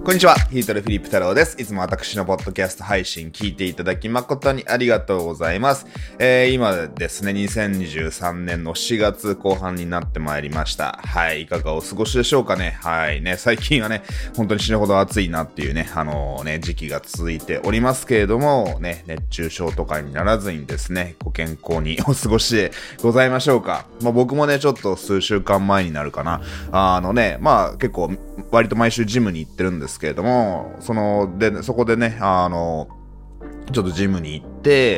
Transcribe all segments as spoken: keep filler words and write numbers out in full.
こんにちは、ヒートルフィリップ太郎です。いつも私のポッドキャスト配信聞いていただき誠にありがとうございます。えー、今ですね、にせんにじゅうさんねんのしがつこう半になってまいりました。はい、いかがお過ごしでしょうかね。はいね、最近はね、本当に死ぬほど暑いなっていうね、あのー、ね、時期が続いておりますけれども、ね、熱中症とかにならずにですね、ご健康にお過ごしでございましょうか。まあ僕もね、ちょっと数週間前になるかな。あのね、まあ結構割と毎週ジムに行ってるんですけれども、その、で、そこでね、あの、ちょっとジムに行って、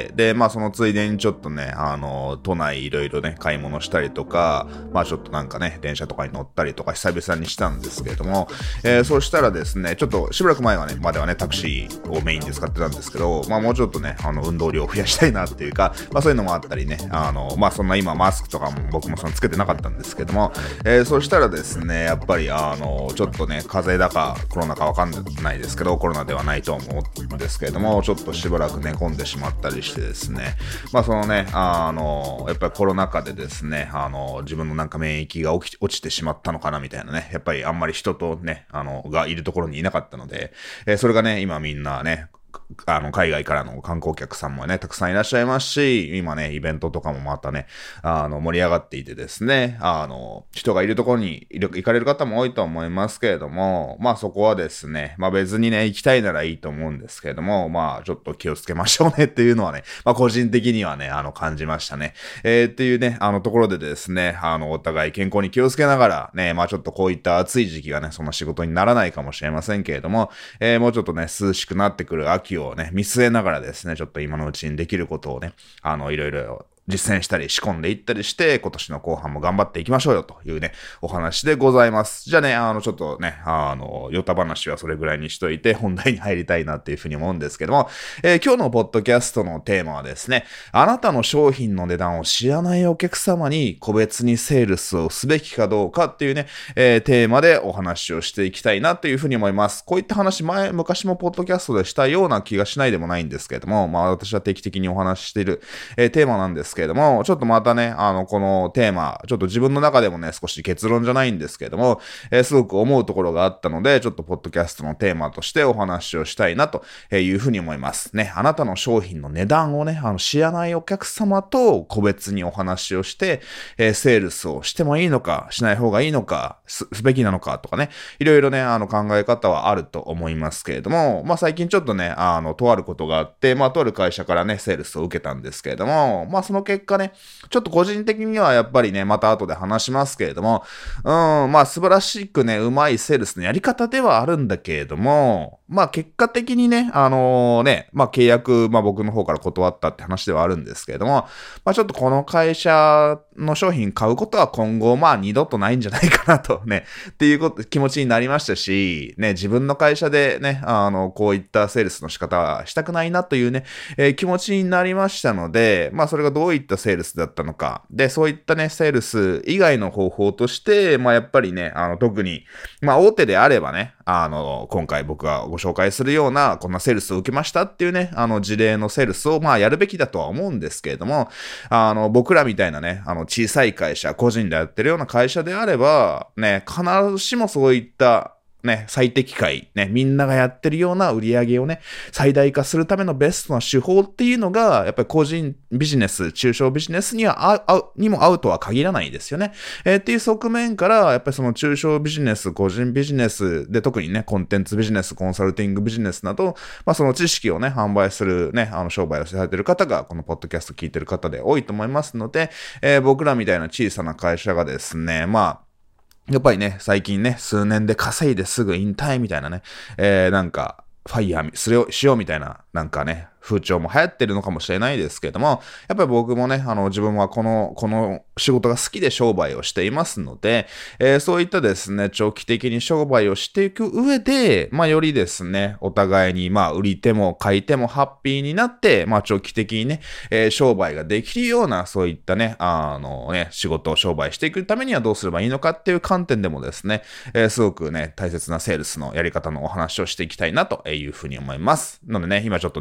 で、まあそのついでにちょっとね、あの、都内いろいろね、買い物したりとか、まあちょっとなんかね、電車とかに乗ったりとか久々にしたんですけれども、えー、そうしたらですね、ちょっとしばらく前はね、まではね、タクシーをメインで使ってたんですけど、まあもうちょっとね、あの、運動量を増やしたいなっていうか、まあそういうのもあったりね、あの、まあそんな今マスクとかも僕もそのつけてなかったんですけども、えー、そうしたらですね、やっぱりあの、ちょっとね、風邪だかコロナかわかんないですけど、コロナではないと思うんですけれども、ちょっとしばらく寝込んでしまったりしてですね、まあそのね、あの、やっぱりコロナ禍でですね、あの、自分のなんか免疫が起き落ちてしまったのかなみたいなね、やっぱりあんまり人とね、あの、がいるところにいなかったので、えー、それがね、今みんなね、あの、海外からの観光客さんもね、たくさんいらっしゃいますし、今ね、イベントとかもまたね、あの、盛り上がっていてですね、あの、人がいるところに行かれる方も多いと思いますけれども、まあそこはですね、まあ別にね、行きたいならいいと思うんですけれども、まあちょっと気をつけましょうねっていうのはね、まあ個人的にはね、あの、感じましたね。えー、っていうね、あのところでですね、あの、お互い健康に気をつけながら、ね、まあちょっとこういった暑い時期がね、そんな仕事にならないかもしれませんけれども、えー、もうちょっとね、涼しくなってくる秋をね、見据えながらですね、ちょっと今のうちにできることをね、あの、いろいろ実践したり仕込んでいったりして、今年の後半も頑張っていきましょうよというね、お話でございます。じゃあね、あの、ちょっとね、あの、ヨタ話はそれぐらいにしといて、本題に入りたいなっていうふうに思うんですけども、えー、今日のポッドキャストのテーマはですね、あなたの商品の値段を知らないお客様に個別にセールスをすべきかどうかっていうね、えー、テーマでお話をしていきたいなというふうに思います。こういった話前、昔もポッドキャストでしたような気がしないでもないんですけれども、まあ私は定期的にお話ししている、えー、テーマなんですけれども、ちょっとまたね、あの、このテーマ、ちょっと自分の中でもね、少し結論じゃないんですけれども、えー、すごく思うところがあったので、ちょっとポッドキャストのテーマとしてお話をしたいなというふうに思いますね。あなたの商品の値段をね、あの、知らないお客様と個別にお話をして、えー、セールスをしてもいいのか、しない方がいいのか、す、すべきなのかとかね、いろいろね、あの、考え方はあると思いますけれども、まあ、最近ちょっとね、あの、とあることがあって、まあ、とある会社からね、セールスを受けたんですけれども、まあ、その結果ね、ちょっと個人的にはやっぱりね、また後で話しますけれども、うん、まあ素晴らしくね、うまいセールスのやり方ではあるんだけれども、まあ結果的にね、あのー、ね、まあ契約、まあ僕の方から断ったって話ではあるんですけれども、まあちょっとこの会社の商品買うことは今後まあ二度とないんじゃないかなとね、っていうこと、気持ちになりましたし、ね、自分の会社でね、あの、こういったセールスの仕方はしたくないなというね、えー、気持ちになりましたので、まあそれがどういったセールスだったのか。で、そういったね、セールス以外の方法として、まあやっぱりね、あの、特に、まあ大手であればね、あの、今回僕がご紹介するような、こんなセールスを受けましたっていうね、あの、事例のセールスを、まあやるべきだとは思うんですけれども、あの、僕らみたいなね、あの、小さい会社、個人でやってるような会社であれば、ね、必ずしもそういった、ね、最適解、ね、みんながやってるような売り上げをね、最大化するためのベストな手法っていうのが、やっぱり個人ビジネス、中小ビジネスには合う、合う、にも合うとは限らないですよね。えー、っていう側面から、やっぱりその中小ビジネス、個人ビジネスで特にね、コンテンツビジネス、コンサルティングビジネスなど、まあその知識をね、販売するね、あの商売をされてる方が、このポッドキャスト聞いてる方で多いと思いますので、えー、僕らみたいな小さな会社がですね、まあ、やっぱりね、最近ね、数年で稼いですぐ引退みたいなね、えー、なんか、ファイヤーするよ、しようみたいな、なんかね、風潮も流行ってるのかもしれないですけども、やっぱり僕もね、あの、自分はこの、この仕事が好きで商売をしていますので、えー、そういったですね、長期的に商売をしていく上で、まあ、よりですね、お互いに、まあ、売り手も買い手もハッピーになって、まあ、長期的にね、えー、商売ができるような、そういったね、あのね、仕事を商売していくためにはどうすればいいのかっていう観点でもですね、えー、すごくね、大切なセールスのやり方のお話をしていきたいなというふうに思います。なのでね、今ちょっとなんか売り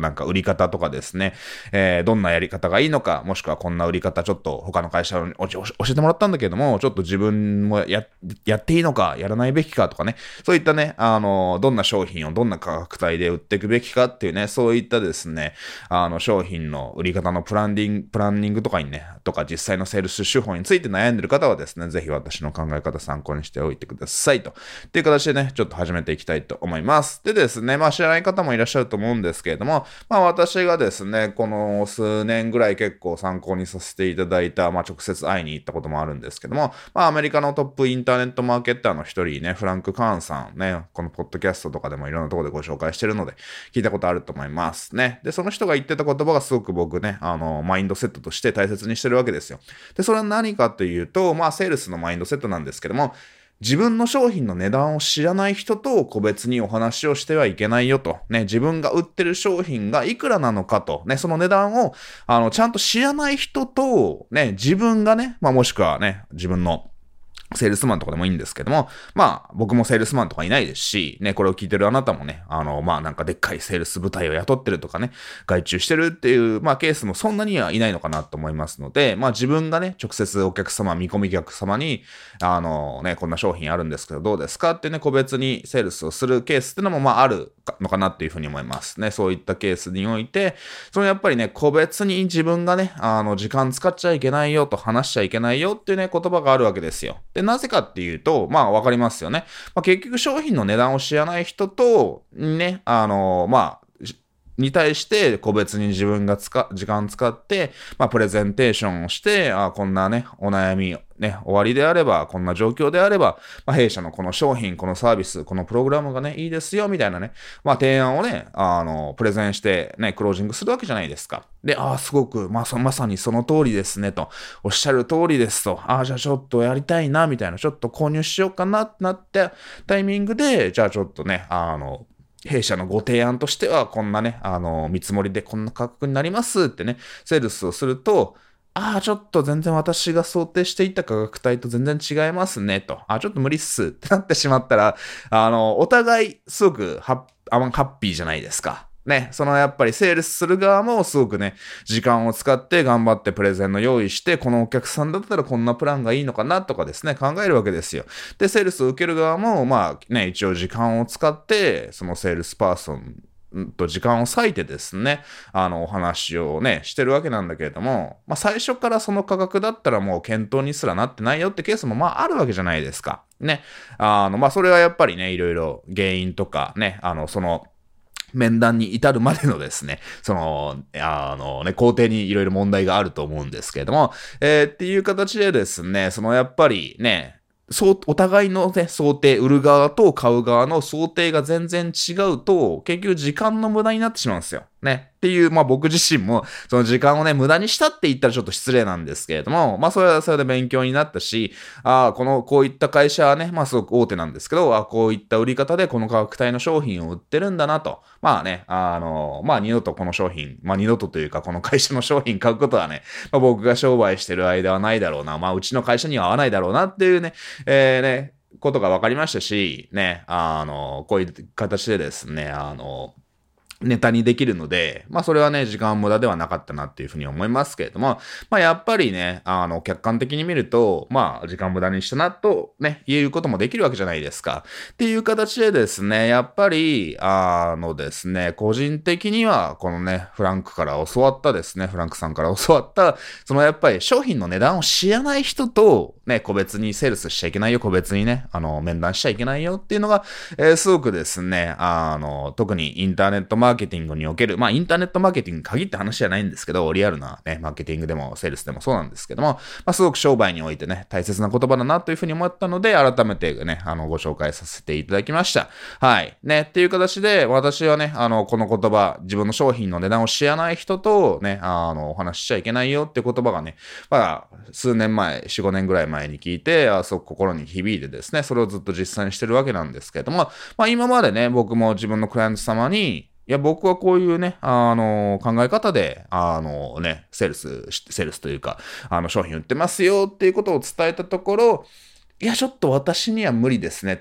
方とかですね、えー、どんなやり方がいいのか、もしくはこんな売り方ちょっと他の会社に教えてもらったんだけども、ちょっと自分もや、やっていいのか、やらないべきかとかね、そういったね、あの、どんな商品をどんな価格帯で売っていくべきかっていうね、そういったですね、あの、商品の売り方のプランディング、プランニングとかにね、とか実際のセールス手法について悩んでる方はですね、ぜひ私の考え方参考にしておいてくださいと。っていう形でね、ちょっと始めていきたいと思います。でですね、まあ知らない方もいらっしゃると思うんですけれども、まあ私がですね、この数年ぐらい結構参考にさせていただいた、まあ直接会いに行ったこともあるんですけども、まあアメリカのトップインターネットマーケッターの一人ね、フランク・カーンさんね、このポッドキャストとかでもいろんなところでご紹介してるので、聞いたことあると思いますね。で、その人が言ってた言葉がすごく僕ね、あの、マインドセットとして大切にしてるわけですよ。で、それは何かというと、まあセールスのマインドセットなんですけども、自分の商品の値段を知らない人と個別にお話をしてはいけないよと。ね、自分が売ってる商品がいくらなのかと。ね、その値段を、あの、ちゃんと知らない人と、ね、自分がね、まあもしくはね、自分のセールスマンとかでもいいんですけども、まあ、僕もセールスマンとかいないですし、ね、これを聞いてるあなたもね、あの、まあなんかでっかいセールス部隊を雇ってるとかね、外注してるっていう、まあケースもそんなにはいないのかなと思いますので、まあ自分がね、直接お客様、見込み客様に、あのね、こんな商品あるんですけどどうですかってね、個別にセールスをするケースっていうのもまああるのかなっていうふうに思いますね。そういったケースにおいて、そのやっぱりね、個別に自分がね、あの、時間使っちゃいけないよと話しちゃいけないよっていうね、言葉があるわけですよ。で、なぜかっていうと、まあわかりますよね。まあ、結局商品の値段を知らない人と、ね、あの、まあ、に対して個別に自分が使時間使って、まあ、プレゼンテーションをして、あこんなね、お悩み、ね、終わりであれば、こんな状況であれば、まあ、弊社のこの商品、このサービス、このプログラムがね、いいですよ、みたいなね、まあ、提案をね、あの、プレゼンして、ね、クロージングするわけじゃないですか。で、ああ、すごく、まあ、そ、まさにその通りですね、と。おっしゃる通りですと。ああ、じゃあちょっとやりたいな、みたいな、ちょっと購入しようかな、ってなってタイミングで、じゃあちょっとね、あの、弊社のご提案としては、こんなね、あの、見積もりでこんな価格になりますってね、セールスをすると、ああ、ちょっと全然私が想定していた価格帯と全然違いますね、と。あ、ちょっと無理っすってなってしまったら、あの、お互いすごくハッ、あハッピーじゃないですか。ね、そのやっぱりセールスする側もすごくね、時間を使って頑張ってプレゼンの用意して、このお客さんだったらこんなプランがいいのかなとかですね、考えるわけですよ。で、セールスを受ける側も、まあね、一応時間を使って、そのセールスパーソン、と時間を割いてですね、あの、お話をね、してるわけなんだけれども、まあ、最初からその価格だったらもう検討にすらなってないよってケースもまああるわけじゃないですか。ね。あの、まあ、それはやっぱりね、いろいろ原因とかね、あの、その、面談に至るまでのですね、その、あのね、工程にいろいろ問題があると思うんですけれども、えー、っていう形でですね、そのやっぱりね、そう、お互いのね、想定、売る側と買う側の想定が全然違うと、結局時間の無駄になってしまうんですよ。ね。っていう、まあ僕自身も、その時間をね、無駄にしたって言ったらちょっと失礼なんですけれども、まあそれはそれで勉強になったし、ああ、この、こういった会社はね、まあすごく大手なんですけど、あこういった売り方でこの価格帯の商品を売ってるんだなと。まあね、あの、まあ二度とこの商品、まあ二度とというかこの会社の商品買うことはね、まあ僕が商売してる間はないだろうな、まあうちの会社には合わないだろうなっていうね、えー、ね、ことが分かりましたし、ね、あの、こういう形でですね、あの、ネタにできるので、まあそれはね、時間無駄ではなかったなっていうふうに思いますけれども、まあやっぱりね、あの、客観的に見ると、まあ時間無駄にしたなとね、言えることもできるわけじゃないですか。っていう形でですね、やっぱり、あのですね、個人的には、このね、フランクから教わったですね、フランクさんから教わった、そのやっぱり商品の値段を知らない人と、ね、個別にセールスしちゃいけないよ、個別にね、あの、面談しちゃいけないよっていうのが、えー、すごくですね、あの、特にインターネットマーケティングにおける、まあインターネットマーケティングに限った話じゃないんですけど、リアルなね、マーケティングでもセールスでもそうなんですけども、まあすごく商売においてね、大切な言葉だなというふうに思ったので、改めてね、あの、ご紹介させていただきました。はい。ね、っていう形で、私はね、あの、この言葉、自分の商品の値段を知らない人とね、あの、お話ししちゃいけないよって言葉がね、まあ、数年前、よん、ごねんぐらい前に聞いて、あすごく心に響いてですね、それをずっと実践してるわけなんですけれども、まあ今までね、僕も自分のクライアント様に、いや、僕はこういうね、あの、考え方で、あのね、セールス、セールスというか、あの、商品売ってますよっていうことを伝えたところ、いや、ちょっと私には無理ですね、と。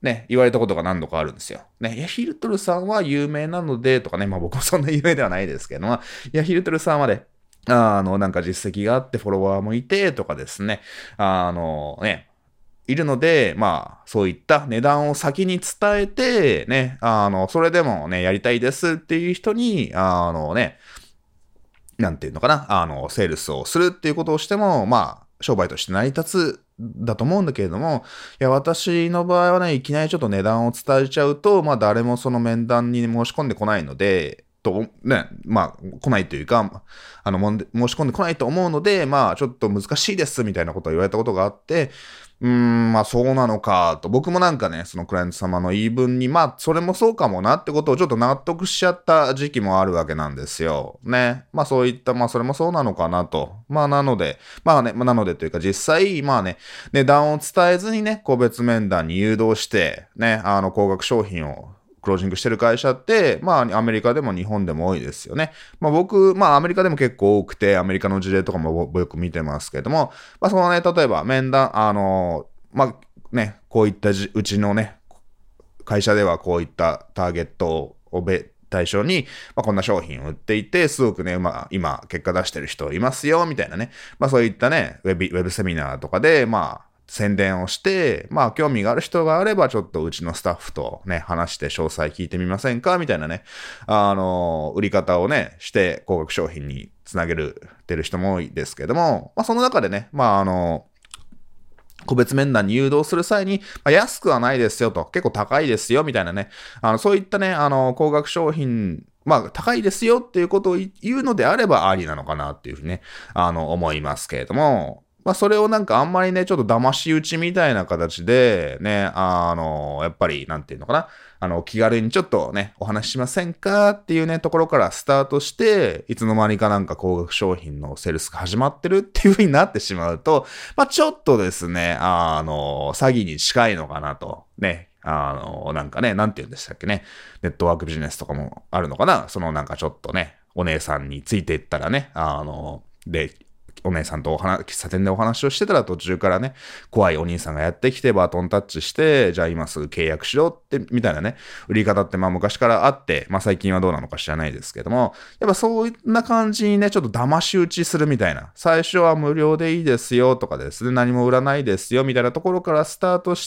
ね、言われたことが何度かあるんですよ。ね、いや、ヒルトルさんは有名なので、とかね、まあ僕もそんな有名ではないですけども、いや、ヒルトルさんはね、あの、なんか実績があってフォロワーもいて、とかですね、あの、ね、いるので、まあ、そういった値段を先に伝えて、ね、あの、それでもね、やりたいですっていう人に、あのね、なんていうのかな、あの、セールスをするっていうことをしても、まあ、商売として成り立つ、だと思うんだけれども、いや、私の場合はね、いきなりちょっと値段を伝えちゃうと、まあ、誰もその面談に申し込んでこないので、と、ね、まあ、来ないというか、あの、申し込んでこないと思うので、まあ、ちょっと難しいです、みたいなことを言われたことがあって、うーん、まあそうなのかと。僕もなんかね、そのクライアント様の言い分に、まあそれもそうかもなってことをちょっと納得しちゃった時期もあるわけなんですよ。ね。まあそういった、まあそれもそうなのかなと。まあなので、まあね、まあなのでというか実際、まあね、値段を伝えずにね、個別面談に誘導して、ね、あの高額商品をクロージングしてる会社って、まあ、アメリカでも日本でも多いですよね。まあ僕、まあアメリカでも結構多くて、アメリカの事例とかもよく見てますけども、まあそのね、例えば面談、あの、まあね、こういったじうちのね、会社ではこういったターゲットをべ対象に、まあ、こんな商品を売っていて、すごくね、まあ、今、結果出してる人いますよ、みたいなね。まあ、そういったね、ウェブ、ウェブセミナーとかで、まあ、宣伝をして、まあ、興味がある人があれば、ちょっとうちのスタッフとね、話して詳細聞いてみませんかみたいなね、あの、売り方をね、して、高額商品につなげる、ってる人も多いですけども、まあ、その中でね、まあ、あの、個別面談に誘導する際に、まあ、安くはないですよと、結構高いですよ、みたいなね、あの、そういったね、あの、高額商品、まあ、高いですよっていうことを言うのであればありなのかなっていうふうにね、あの、思いますけれども、まあ、それをなんかあんまりね、ちょっと騙し討ちみたいな形で、ね、あの、やっぱり、なんていうのかな、あの、気軽にちょっとね、お話ししませんかっていうね、ところからスタートして、いつの間にかなんか高額商品のセールスが始まってるっていう風になってしまうと、まあ、ちょっとですね、あの、詐欺に近いのかなと、ね、あの、なんかね、なんて言うんでしたっけね、ネットワークビジネスとかもあるのかな、そのなんかちょっとね、お姉さんについていったらね、あの、で、お姉さんとお話、喫茶店でお話をしてたら途中からね、怖いお兄さんがやってきてバトンタッチして、じゃあ今すぐ契約しろって、みたいなね、売り方ってまあ昔からあって、まあ最近はどうなのか知らないですけども、やっぱそういった感じにね、ちょっと騙し討ちするみたいな、最初は無料でいいですよとかですね、何も売らないですよみたいなところからスタートして、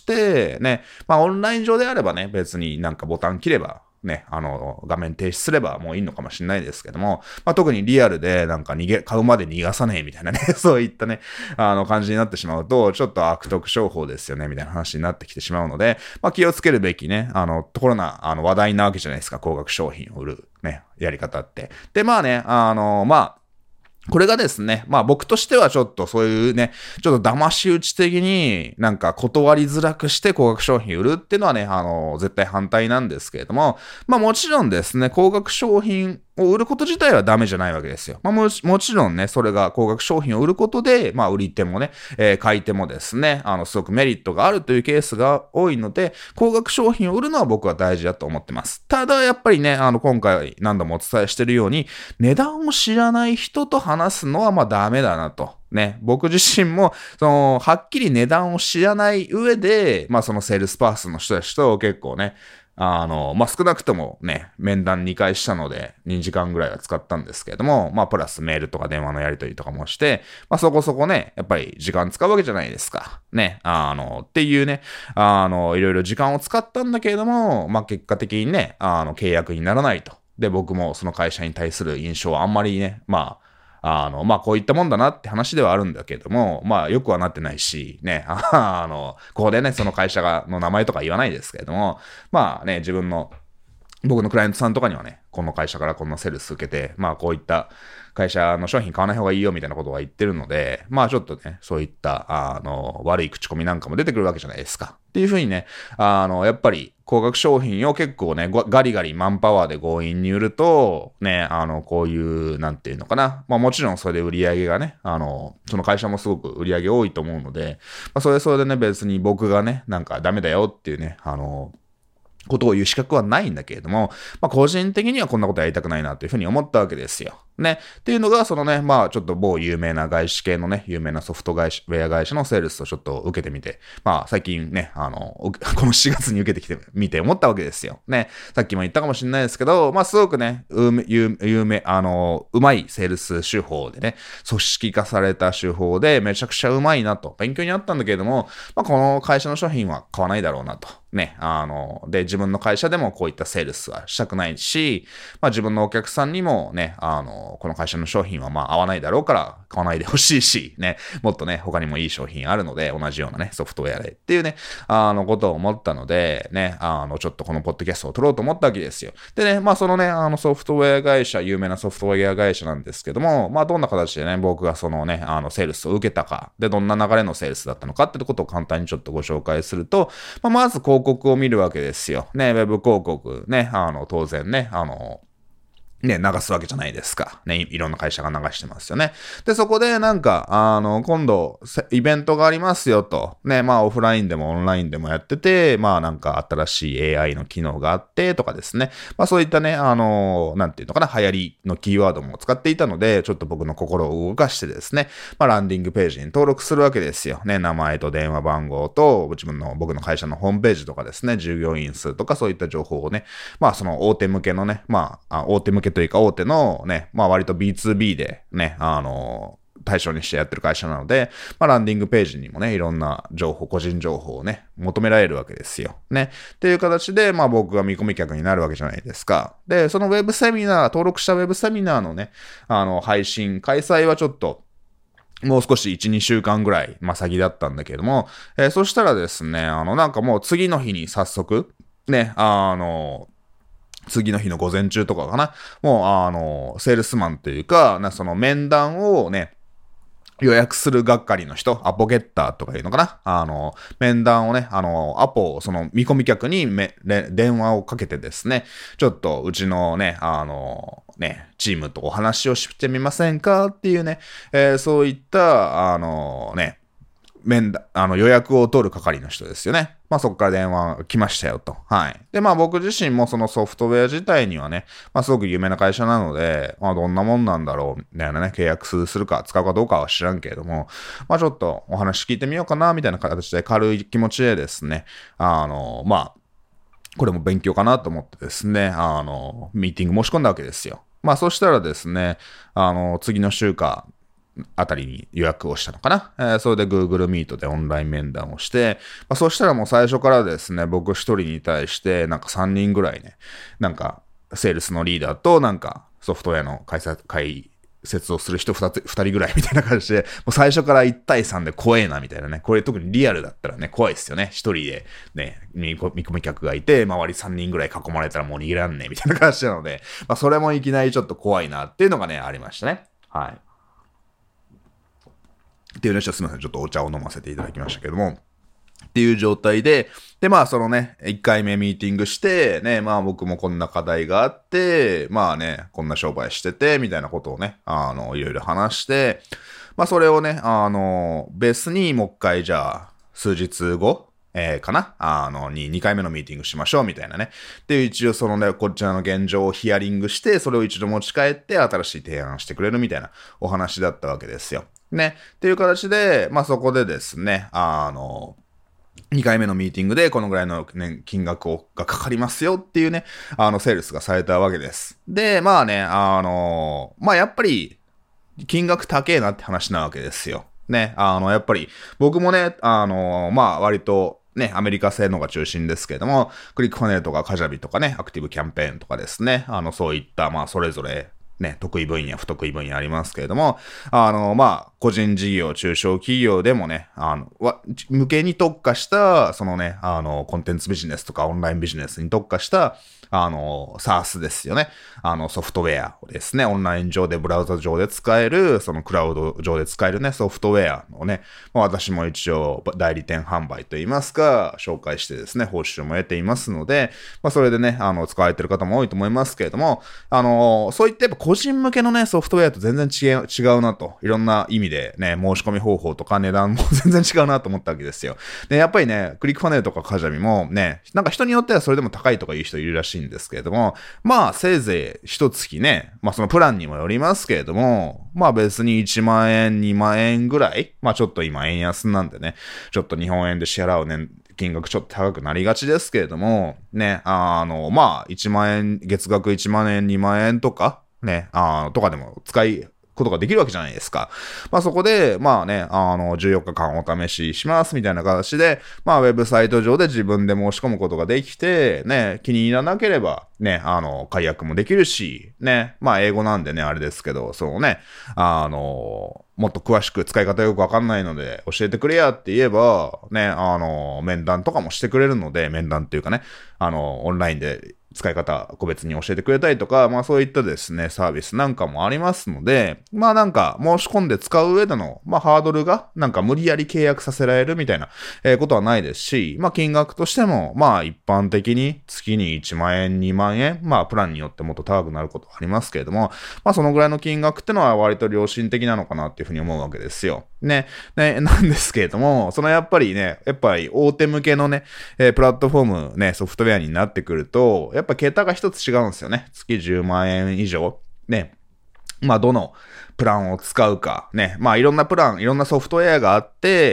ね、まあオンライン上であればね、別になんかボタン切れば、ね、あの、画面停止すればもういいのかもしれないですけども、まあ、特にリアルでなんか逃げ、買うまで逃がさねえみたいなね、そういったね、あの感じになってしまうと、ちょっと悪徳商法ですよね、みたいな話になってきてしまうので、まあ、気をつけるべきね、あの、ところな、あの、話題なわけじゃないですか、高額商品を売る、ね、やり方って。で、まあね、あの、まあ、これがですね、まあ僕としてはちょっとそういうね、ちょっと騙し討ち的になんか断りづらくして高額商品売るっていうのはね、あの、絶対反対なんですけれども、まあもちろんですね、高額商品を売ること自体はダメじゃないわけですよ。まあもち、もちろんね、それが高額商品を売ることで、まあ売り手もね、えー、買い手もですね、あの、すごくメリットがあるというケースが多いので、高額商品を売るのは僕は大事だと思ってます。ただやっぱりね、あの、今回何度もお伝えしているように、値段を知らない人と話話すのはまあダメだなと。ね。僕自身も、その、はっきり値段を知らない上で、まあそのセールスパーソンの人たちと結構ね、あの、まあ少なくともね、面談にかいしたので、にじかんぐらいは使ったんですけれども、まあプラスメールとか電話のやり取りとかもして、まあそこそこね、やっぱり時間使うわけじゃないですか。ね。あの、っていうね、あの、いろいろ時間を使ったんだけれども、まあ結果的にね、あの、契約にならないと。で、僕もその会社に対する印象はあんまりね、まあ、あの、まあ、こういったもんだなって話ではあるんだけども、まあ、よくはなってないし、ね、あの、ここでね、その会社が、の名前とか言わないですけれども、まあね、自分の、僕のクライアントさんとかにはね、この会社からこんなセールス受けて、まあ、こういった会社の商品買わない方がいいよみたいなことは言ってるので、まあ、ちょっとね、そういった、あの、悪い口コミなんかも出てくるわけじゃないですか。っていうふうにね、あの、やっぱり、高額商品を結構ね、ガリガリマンパワーで強引に売ると、ね、あの、こういう、なんていうのかな。まあもちろんそれで売り上げがね、あの、その会社もすごく売り上げ多いと思うので、まあそれそれでね、別に僕がね、なんかダメだよっていうね、あの、ことを言う資格はないんだけれども、まあ個人的にはこんなことやりたくないなというふうに思ったわけですよ。 ね。っていうのが、そのね、まあちょっと某有名な外資系のね、有名なソフト会社、ウェア会社のセールスをちょっと受けてみて、まあ最近ね、あの、このしがつに受けてきてみて思ったわけですよ。ね。さっきも言ったかもしれないですけど、まあすごくね、有有有名、あの、うまいセールス手法でね、組織化された手法でめちゃくちゃうまいなと、勉強になったんだけれども、まあこの会社の商品は買わないだろうなと。ね、あの、で、自分の会社でもこういったセールスはしたくないし、まあ自分のお客さんにもね、あの、この会社の商品はまあ合わないだろうから買わないでほしいし、ね、もっとね、他にもいい商品あるので、同じようなね、ソフトウェアでっていうね、あの、ことを思ったので、ね、あの、ちょっとこのポッドキャストを撮ろうと思ったわけですよ。でね、まあそのね、あのソフトウェア会社、有名なソフトウェア会社なんですけども、まあどんな形でね、僕がそのね、あの、セールスを受けたか、で、どんな流れのセールスだったのかってことを簡単にちょっとご紹介すると、まあまず広告を見るわけですよ。ね、ウェブ広告、ね、あの、当然ね、あの、ね、流すわけじゃないですか。ね、いろんな会社が流してますよね。で、そこでなんか、あの、今度、イベントがありますよと。ね、まあオフラインでもオンラインでもやってて、まあなんか新しい エーアイ の機能があってとかですね。まあそういったね、あの、なんていうのかな、流行りのキーワードも使っていたので、ちょっと僕の心を動かしてですね、まあランディングページに登録するわけですよ。ね、名前と電話番号と、自分の、僕の会社のホームページとかですね、従業員数とかそういった情報をね、まあその大手向けのね、まあ、あ大手向けというか大手のね、まあ割と ビーツービー でね、あの、対象にしてやってる会社なので、まあランディングページにもね、いろんな情報、個人情報をね、求められるわけですよ。ね。っていう形で、まあ僕が見込み客になるわけじゃないですか。で、そのウェブセミナー、登録したウェブセミナーのね、あの、配信、開催はちょっと、もう少しいち、にしゅうかんぐらい、まあ先だったんだけども、えー、そしたらですね、あの、なんかもう次の日に早速、ね、あの、次の日の午前中とかかな。もう、あの、セールスマンというか、なその面談をね、予約する係の人、アポゲッターとかいうのかな。あの、面談をね、あの、アポを、その見込み客にめ電話をかけてですね、ちょっとうちのね、あの、ね、チームとお話をしてみませんかっていうね、えー、そういった、あのね、面談、あの予約を取る係の人ですよね。まあそこから電話来ましたよと。はい。で、まあ僕自身もそのソフトウェア自体にはね、まあすごく有名な会社なので、まあどんなもんなんだろう、みたいなね、契約するか使うかどうかは知らんけれども、まあちょっとお話聞いてみようかな、みたいな形で軽い気持ちでですね、あの、まあ、これも勉強かなと思ってですね、あの、ミーティング申し込んだわけですよ。まあそしたらですね、あの、次の週か、あたりに予約をしたのかな、えー、それで Google Meet でオンライン面談をして、まあ、そしたらもう最初からですね、僕一人に対してなんかさんにんぐらいね、なんかセールスのリーダーとなんかソフトウェアの開催、開設をする人ふたつ、ふたりぐらいみたいな感じで、もう最初からいち対さんで怖えなみたいなね、これ特にリアルだったらね、怖いですよね。一人でね、見込み客がいて、周りさんにんぐらい囲まれたらもう逃げらんねえみたいな感じなので、まあそれもいきなりちょっと怖いなっていうのがね、ありましたね。はい。っていうのをすみません。ちょっとお茶を飲ませていただきましたけども。っていう状態で、で、まあそのね、いっかいめミーティングして、ね、まあ僕もこんな課題があって、まあね、こんな商売してて、みたいなことをね、あの、いろいろ話して、まあそれをね、あの、ベースにもう一回じゃあ、数日後、えー、かなあの、に、にかいめのミーティングしましょう、みたいなね。で、一応そのね、こちらの現状をヒアリングして、それを一度持ち帰って、新しい提案してくれるみたいなお話だったわけですよ。ね。っていう形で、まあそこでですね、あの、にかいめのミーティングでこのぐらいの、ね、金額をがかかりますよっていうね、あの、セールスがされたわけです。で、まあね、あの、まあやっぱり、金額高えなって話なわけですよ。ね、あの、やっぱり、僕もね、あの、まあ割と、ね、アメリカ製のが中心ですけれども、クリックファネルとかカジャビとかね、アクティブキャンペーンとかですね、あの、そういった、まあそれぞれ、ね、得意分野、不得意分野ありますけれども、あの、まあ、個人事業、中小企業でもね、あの、わ、向けに特化した、そのね、あの、コンテンツビジネスとかオンラインビジネスに特化した、あの、SaaS ですよね。あの、ソフトウェアをですね、オンライン上で、ブラウザ上で使える、そのクラウド上で使えるね、ソフトウェアをね、まあ、私も一応、代理店販売といいますか、紹介してですね、報酬も得ていますので、まあ、それでね、あの、使われてる方も多いと思いますけれども、あの、そういったやっぱ個人向けのね、ソフトウェアと全然違う、違うなと。いろんな意味でね、申し込み方法とか値段も全然違うなと思ったわけですよ。で、やっぱりね、クリックファネルとかカジャミもね、なんか人によってはそれでも高いとかいう人いるらしいんですけれども、まあ、せいぜい一月ね、まあそのプランにもよりますけれども、まあ別にいちまんえん、にまんえんぐらい、まあちょっと今円安なんでね、ちょっと日本円で支払うね、金額ちょっと高くなりがちですけれども、ね、あの、まあ、いちまんえん、月額いちまんえん、にまんえんとか、ね、あとかでも使い、ことができるわけじゃないですか。まあそこで、まあね、あの、じゅうよっかかんお試ししますみたいな形で、まあウェブサイト上で自分で申し込むことができて、ね、気に入らなければ、ね、あの、解約もできるし、ね、まあ英語なんでね、あれですけど、そのね、あの、もっと詳しく使い方よくわかんないので教えてくれやって言えば、ね、あの、面談とかもしてくれるので、面談っていうかね、あの、オンラインで使い方個別に教えてくれたりとか、まあそういったですね、サービスなんかもありますので、まあなんか申し込んで使う上での、まあハードルがなんか無理やり契約させられるみたいな、えー、ことはないですし、まあ金額としても、まあ一般的に月にいちまんえん、にまんえん、まあプランによってもっと高くなることはありますけれども、まあそのぐらいの金額ってのは割と良心的なのかなっていうふうに思うわけですよ。ね、ね、なんですけれども、そのやっぱりね、やっぱり大手向けのね、えー、プラットフォームね、ソフトウェアになってくると、やっぱ桁が一つ違うんですよね。月じゅうまんえん以上。ね。まあ、どのプランを使うか。ね。まあ、いろんなプラン、いろんなソフトウェアがあって、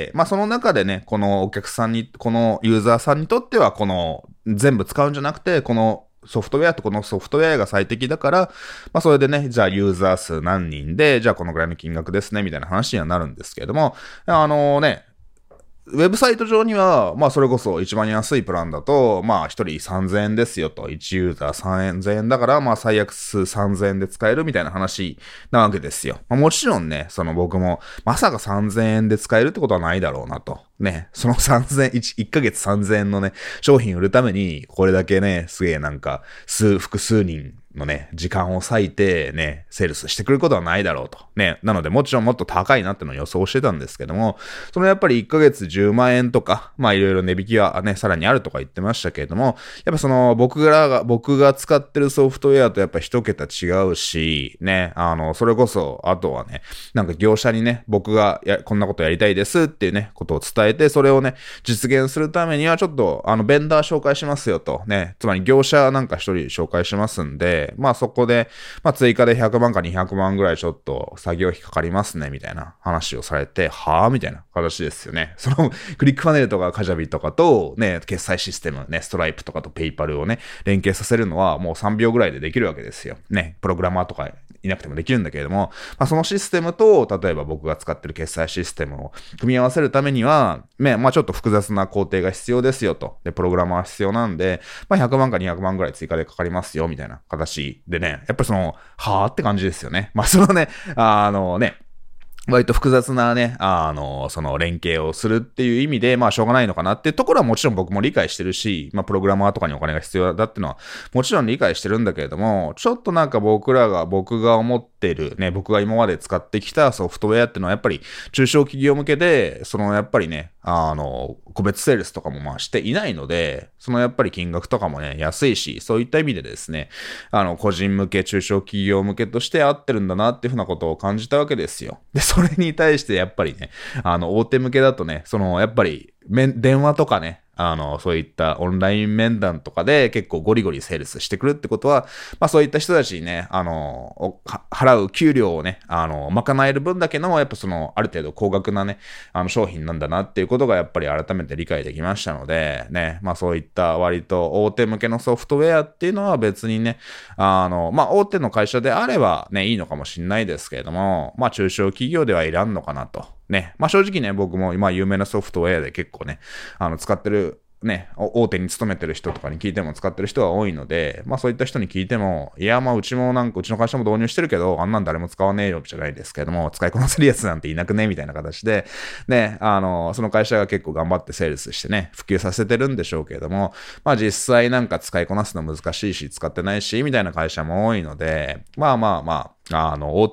まあ、その中でね、このお客さんに、このユーザーさんにとっては、この、全部使うんじゃなくて、この、ソフトウェアとこのソフトウェアが最適だから、まあそれでね、じゃあユーザー数何人で、じゃあこのぐらいの金額ですね、みたいな話にはなるんですけれども、あのね、ウェブサイト上には、まあそれこそ一番安いプランだと、まあ一人さんぜんえんですよと、いちユーザーさんぜんえんだから、まあ最悪数さんぜんえんで使えるみたいな話なわけですよ。まあもちろんね、その僕も、まさかさんぜんえんで使えるってことはないだろうなと。ね、そのさんぜん、1, いっかげつさんぜんえんのね、商品売るために、これだけね、すげえなんか、数、複数人のね、時間を割いてね、セールスしてくることはないだろうと。ね、なのでもちろんもっと高いなってのを予想してたんですけども、そのやっぱりいっかげつじゅうまんえんとか、まあいろいろ値引きはね、さらにあるとか言ってましたけれども、やっぱその僕らが、僕が使ってるソフトウェアとやっぱ一桁違うし、ね、あの、それこそ、あとはね、なんか業者にね、僕がやこんなことやりたいですっていうね、ことを伝えて、それをね、実現するためにはちょっと、あの、ベンダー紹介しますよと。ね、つまり業者なんか一人紹介しますんで、まあそこで、まあ追加でひゃくまんかにひゃくまんぐらいちょっと作業費かかりますね、みたいな話をされて、はぁみたいな形ですよね。その、クリックファネルとかカジャビとかと、ね、決済システム、ね、ストライプとかとペイパルをね、連携させるのはもうさんびょうぐらいでできるわけですよ。ね、プログラマーとかいなくてもできるんだけれども、まあそのシステムと、例えば僕が使ってる決済システムを組み合わせるためには、ね、まあちょっと複雑な工程が必要ですよと。で、プログラマーは必要なんで、まあひゃくまんかにひゃくまんぐらい追加でかかりますよ、みたいな形でね、やっぱりその、はぁって感じですよね。まあそのね、あのね、割と複雑なね、あの、その連携をするっていう意味で、まあしょうがないのかなっていうところはもちろん僕も理解してるし、まあプログラマーとかにお金が必要だっていうのはもちろん理解してるんだけれども、ちょっとなんか僕らが、僕が思ってるね、僕が今まで使ってきたソフトウェアっていうのはやっぱり中小企業向けで、そのやっぱりね、あの、個別セールスとかもまあしていないので、そのやっぱり金額とかもね、安いし、そういった意味でですね、あの、個人向け、中小企業向けとして合ってるんだなっていうふうなことを感じたわけですよ。で、それに対してやっぱりね、あの、大手向けだとね、その、やっぱり、電話とかね、あの、そういったオンライン面談とかで結構ゴリゴリセールスしてくるってことは、まあそういった人たちにね、あの、払う給料をね、あの、賄える分だけの、やっぱその、ある程度高額なね、あの商品なんだなっていうことがやっぱり改めて理解できましたので、ね、まあそういった割と大手向けのソフトウェアっていうのは別にね、あの、まあ大手の会社であればね、いいのかもしれないですけれども、まあ中小企業ではいらんのかなと。ね。まあ正直ね、僕も今有名なソフトウェアで結構ね、あの、使ってる、ね、大手に勤めてる人とかに聞いても使ってる人は多いので、まあそういった人に聞いても、いやまあうちもなんかうちの会社も導入してるけど、あんなん誰も使わねえよじゃないですけれども、使いこなせるやつなんていなくねみたいな形で、ね、あの、その会社が結構頑張ってセールスしてね、普及させてるんでしょうけれども、まあ実際なんか使いこなすの難しいし、使ってないし、みたいな会社も多いので、まあまあまあ、あの、大手に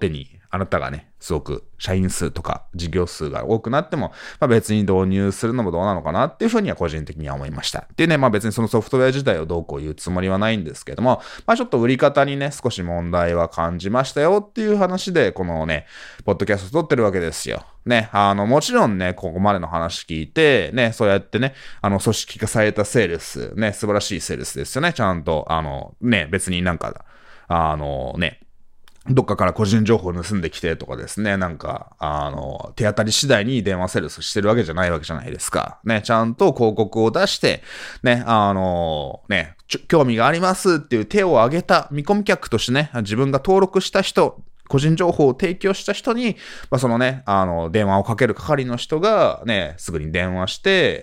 あなたがね、すごく社員数とか事業数が多くなっても、まあ別に導入するのもどうなのかなっていうふうには個人的には思いました。っていうね、まあ別にそのソフトウェア自体をどうこう言うつもりはないんですけども、まあちょっと売り方にね、少し問題は感じましたよっていう話で、このね、ポッドキャストを撮ってるわけですよ。ね、あの、もちろんね、ここまでの話聞いて、ね、そうやってね、あの、組織化されたセールス、ね、素晴らしいセールスですよね、ちゃんと、あの、ね、別になんか、あの、ね、どっかから個人情報を盗んできてとかですね、なんか、あの、手当たり次第に電話セールスしてるわけじゃないわけじゃないですか。ね、ちゃんと広告を出して、ね、あの、ね、興味がありますっていう手を挙げた見込み客としてね、自分が登録した人、個人情報を提供した人に、まあ、そのね、あの、電話をかける係の人がね、すぐに電話して、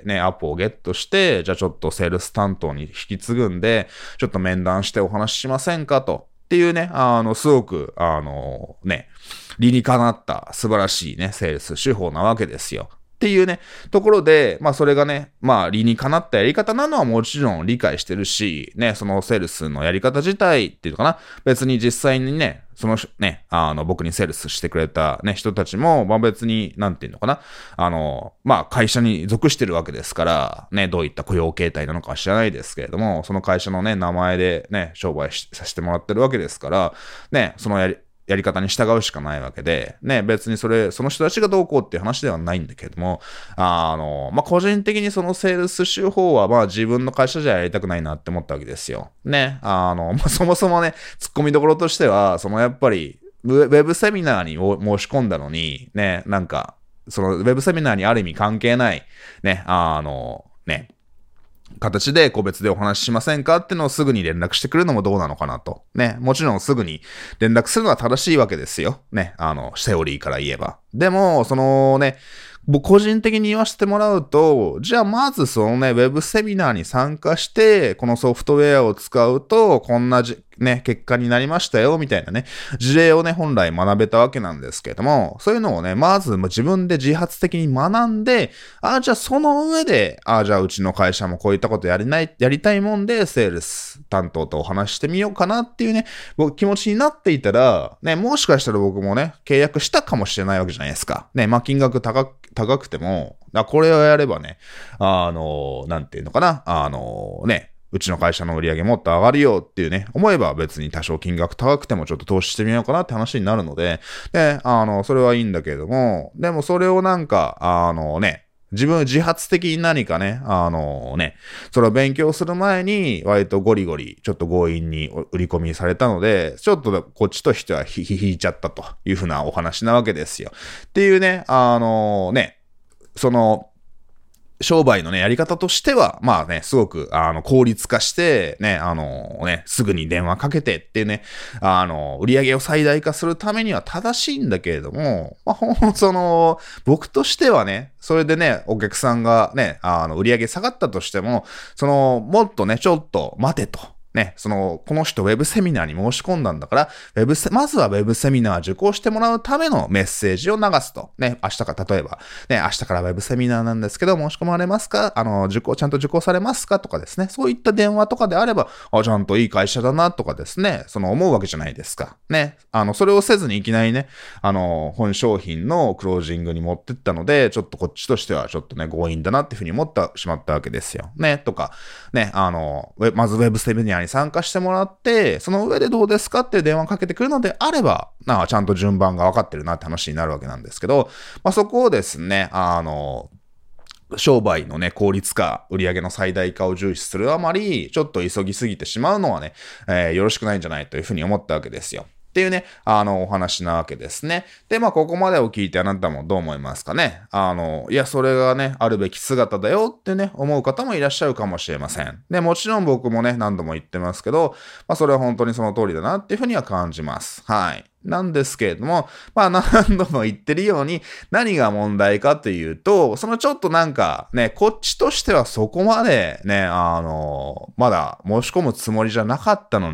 ね、アポをゲットして、じゃあちょっとセールス担当に引き継ぐんで、ちょっと面談してお話ししませんかと。っていうね、あの、すごく、あの、ね、理にかなった素晴らしいね、セールス手法なわけですよ。っていうね、ところで、まあそれがね、まあ理にかなったやり方なのはもちろん理解してるし、ね、そのセールスのやり方自体っていうのかな、別に実際にね、そのね、あの僕にセールスしてくれたね、人たちも、まあ別に、なんていうのかな、あの、まあ会社に属してるわけですから、ね、どういった雇用形態なのかは知らないですけれども、その会社のね、名前でね、商売させてもらってるわけですから、ね、そのやり、やり方に従うしかないわけで、ね、別にそれ、その人たちがどうこうっていう話ではないんだけれども、あの、まあ、個人的にそのセールス手法は、まあ、自分の会社じゃやりたくないなって思ったわけですよ。ね、あの、まあ、そもそもね、突っ込みどころとしては、そのやっぱり、ウェブセミナーに申し込んだのに、ね、なんか、そのウェブセミナーにある意味関係ない、ね、あの、ね、形で個別でお話ししませんかってのをすぐに連絡してくるのもどうなのかなと。ね。もちろんすぐに連絡するのは正しいわけですよ。ね。あの、セオリーから言えば。でも、そのね、僕個人的に言わせてもらうと、じゃあまずそのね、ウェブセミナーに参加して、このソフトウェアを使うと、こんなじ、ね、結果になりましたよ、みたいなね、事例をね、本来学べたわけなんですけれども、そういうのをね、まず自分で自発的に学んで、あ、じゃあその上で、あ、じゃあうちの会社もこういったことやりない、やりたいもんで、セールス担当とお話してみようかなっていうね、僕気持ちになっていたら、ね、もしかしたら僕もね、契約したかもしれないわけじゃないですか。ね、まあ金額高く、高くても、これをやればね、あの、なんていうのかな、あの、ね、うちの会社の売り上げもっと上がるよっていうね、思えば別に多少金額高くてもちょっと投資してみようかなって話になるので、で、あの、それはいいんだけれども、でもそれをなんか、あのね、自分自発的に何かね、あのね、それを勉強する前に、割とゴリゴリ、ちょっと強引に売り込みされたので、ちょっとこっちとしてはひひ引いちゃったというふうなお話なわけですよ。っていうね、あのね、その、商売のね、やり方としては、まあね、すごく、あの、効率化して、ね、あの、ね、すぐに電話かけてっていうね、あの、売り上げを最大化するためには正しいんだけれども、まあ、ほん、その、僕としてはね、それでね、お客さんがね、あの、売り上げ下がったとしても、その、もっとね、ちょっと待てと。ね、その、この人ウェブセミナーに申し込んだんだから、ウェブセ、まずはウェブセミナー受講してもらうためのメッセージを流すと。ね、明日から、例えば、ね、明日からウェブセミナーなんですけど、申し込まれますか？あの、受講、ちゃんと受講されますか？とかですね、そういった電話とかであれば、あ、ちゃんといい会社だなとかですね、その思うわけじゃないですか。ね、あの、それをせずにいきなりね、あの、本商品のクロージングに持ってったので、ちょっとこっちとしてはちょっとね、強引だなっていうふうに思ってしまったわけですよ。ね、とか、ね、あの、まずウェブセミナーに参加してもらって、その上でどうですかっていう電話かけてくるのであれば、なんかちゃんと順番が分かってるなって話になるわけなんですけど、まあ、そこをですね、あの、商売のね、効率化、売上の最大化を重視するあまり、ちょっと急ぎすぎてしまうのはね、えー、よろしくないんじゃないというふうに思ったわけですよ。っていうね、あの、お話なわけですね。で、まあ、ここまでを聞いてあなたもどう思いますかね。あの、いや、それがね、あるべき姿だよってね、思う方もいらっしゃるかもしれません。で、もちろん僕もね、何度も言ってますけど、まあ、それは本当にその通りだなっていうふうには感じます。はい。なんですけれども、まあ何度も言ってるように何が問題かというと、そのちょっとなんかね、こっちとしてはそこまでね、あの、まだ申し込むつもりじゃなかったのに、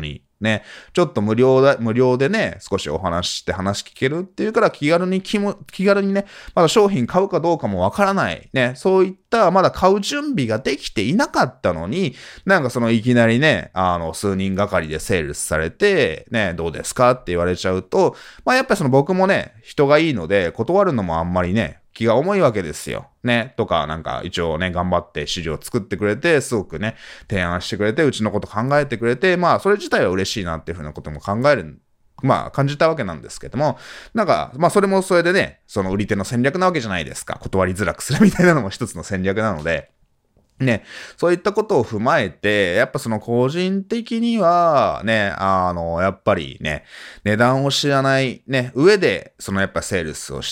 ね、ちょっと無料だ、無料でね、少しお話しして話聞けるっていうから気軽に気も、気軽にね、まだ商品買うかどうかもわからない。ね、そういったまだ買う準備ができていなかったのに、なんかそのいきなりね、あの、数人がかりでセールスされて、ね、どうですかって言われちゃうと、まあやっぱりその僕もね、人がいいので断るのもあんまりね、気が重いわけですよ。ね。とか、なんか一応ね、頑張って資料作ってくれて、すごくね、提案してくれて、うちのこと考えてくれて、まあ、それ自体は嬉しいなっていうふうなことも考える、まあ、感じたわけなんですけども、なんか、まあ、それもそれでね、その売り手の戦略なわけじゃないですか。断りづらくするみたいなのも一つの戦略なので、ね、そういったことを踏まえて、やっぱその個人的には、ね、あの、やっぱりね、値段を知らないね、上で、そのやっぱセールスをして、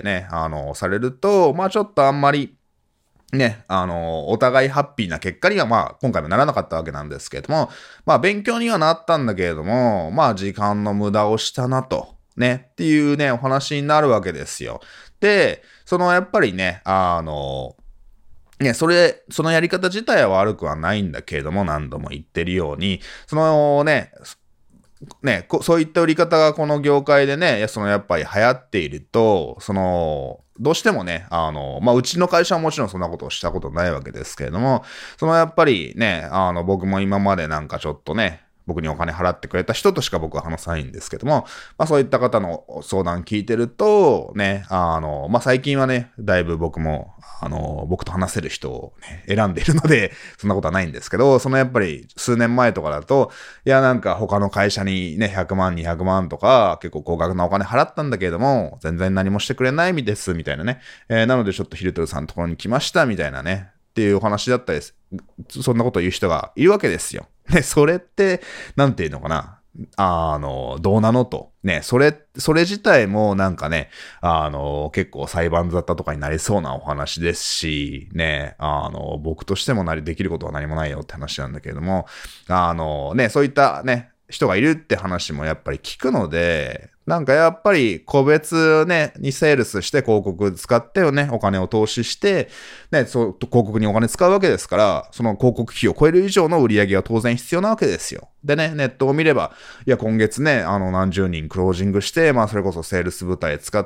ね、あの、されると、まあちょっとあんまり、ね、あの、お互いハッピーな結果には、まあ、今回もならなかったわけなんですけれども、まあ、勉強にはなったんだけれども、まあ、時間の無駄をしたなと、ね、っていうね、お話になるわけですよ。で、その、やっぱりね、あの、ね、それ、そのやり方自体は悪くはないんだけれども、何度も言ってるように、そのね、ね、そういった売り方がこの業界でね、そのやっぱり流行っていると、その、どうしてもね、あの、まあ、うちの会社はもちろんそんなことをしたことないわけですけれども、そのやっぱりね、あの、僕も今までなんかちょっとね、僕にお金払ってくれた人としか僕は話さないんですけども、まあそういった方の相談聞いてると、ね、あの、まあ最近はね、だいぶ僕も、あの、僕と話せる人を、ね、選んでいるので、そんなことはないんですけど、そのやっぱり数年前とかだと、いやなんか他の会社にね、ひゃくまん、にひゃくまんとか、結構高額なお金払ったんだけれども、全然何もしてくれないみです、みたいなね。えー、なのでちょっとヒルトルさんのところに来ました、みたいなね。っていうお話だったりです。そんなことを言う人がいるわけですよ。ね、それって、なんていうのかな。あの、どうなのと。ね、それ、それ自体もなんかね、あの、結構裁判沙汰とかになりそうなお話ですし、ね、あの、僕としてもなり、できることは何もないよって話なんだけれども、あの、ね、そういったね、人がいるって話もやっぱり聞くので、なんかやっぱり個別ね、にセールスして広告使ってね、お金を投資して、ね、そう、広告にお金使うわけですから、その広告費を超える以上の売り上げは当然必要なわけですよ。でね、ネットを見れば、いや、今月ね、あの、何十人クロージングして、まあ、それこそセールス部隊使って、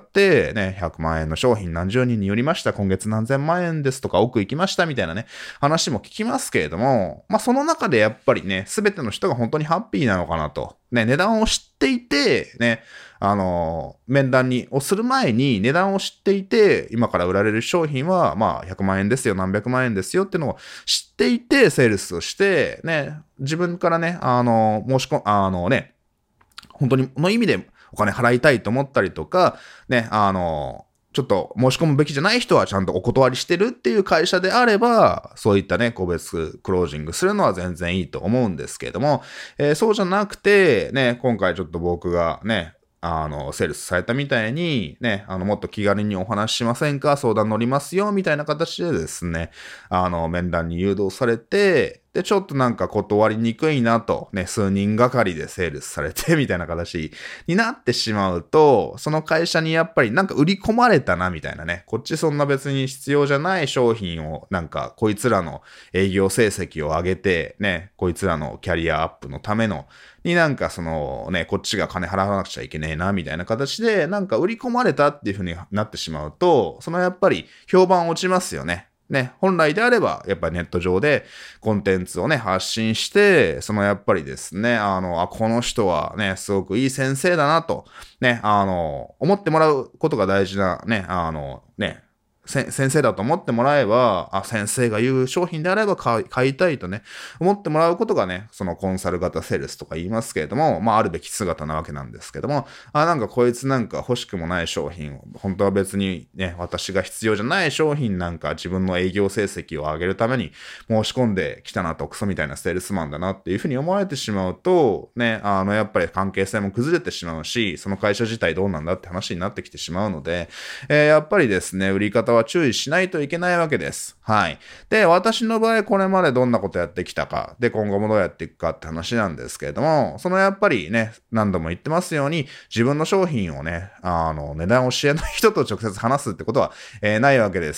ね、ひゃくまんえんの商品何十人に売りました、今月何千万円ですとか、奥行きました、みたいなね、話も聞きますけれども、まあ、その中でやっぱりね、すべての人が本当にハッピーなのかなと。ね、値段を知っていて、ね、あの、面談に、をする前に値段を知っていて、今から売られる商品は、まあ、ひゃくまんえんですよ、何百万円ですよっていうのを知っていて、セールスをして、ね、自分からね、あの、申し込、あのね、本当に、の意味でお金払いたいと思ったりとか、ね、あの、ちょっと申し込むべきじゃない人はちゃんとお断りしてるっていう会社であれば、そういったね、個別クロージングするのは全然いいと思うんですけれども、えー、そうじゃなくて、ね、今回ちょっと僕がね、あの、セールスされたみたいに、ね、あの、もっと気軽にお話ししませんか、相談乗りますよ、みたいな形でですね、あの、面談に誘導されて、で、ちょっとなんか断りにくいなと、ね、数人がかりでセールスされて、みたいな形になってしまうと、その会社にやっぱりなんか売り込まれたな、みたいなね、こっちそんな別に必要じゃない商品を、なんか、こいつらの営業成績を上げて、ね、こいつらのキャリアアップのための、になんかそのね、こっちが金払わなくちゃいけねえな、みたいな形で、なんか売り込まれたっていう風になってしまうと、そのやっぱり評判落ちますよね。ね、本来であれば、やっぱりネット上でコンテンツをね、発信して、そのやっぱりですね、あの、あ、この人はね、すごくいい先生だなと、ね、あの、思ってもらうことが大事な、ね、あの、ね、先生だと思ってもらえば、あ、先生が言う商品であれば買い、買いたいとね、思ってもらうことがね、そのコンサル型セールスとか言いますけれども、まああるべき姿なわけなんですけども、あ、なんかこいつなんか欲しくもない商品を、本当は別にね、私が必要じゃない商品なんか自分の営業成績を上げるために申し込んできたなとクソみたいなセールスマンだなっていうふうに思われてしまうと、ね、あのやっぱり関係性も崩れてしまうし、その会社自体どうなんだって話になってきてしまうので、えー、やっぱりですね、売り方は注意しないといけないわけです。はい。で、私の場合これまでどんなことやってきたか、で、今後もどうやっていくかって話なんですけれども、そのやっぱりね、何度も言ってますように、自分の商品をね、あの、値段を知らない人と直接話すってことは、えー、ないわけですよ。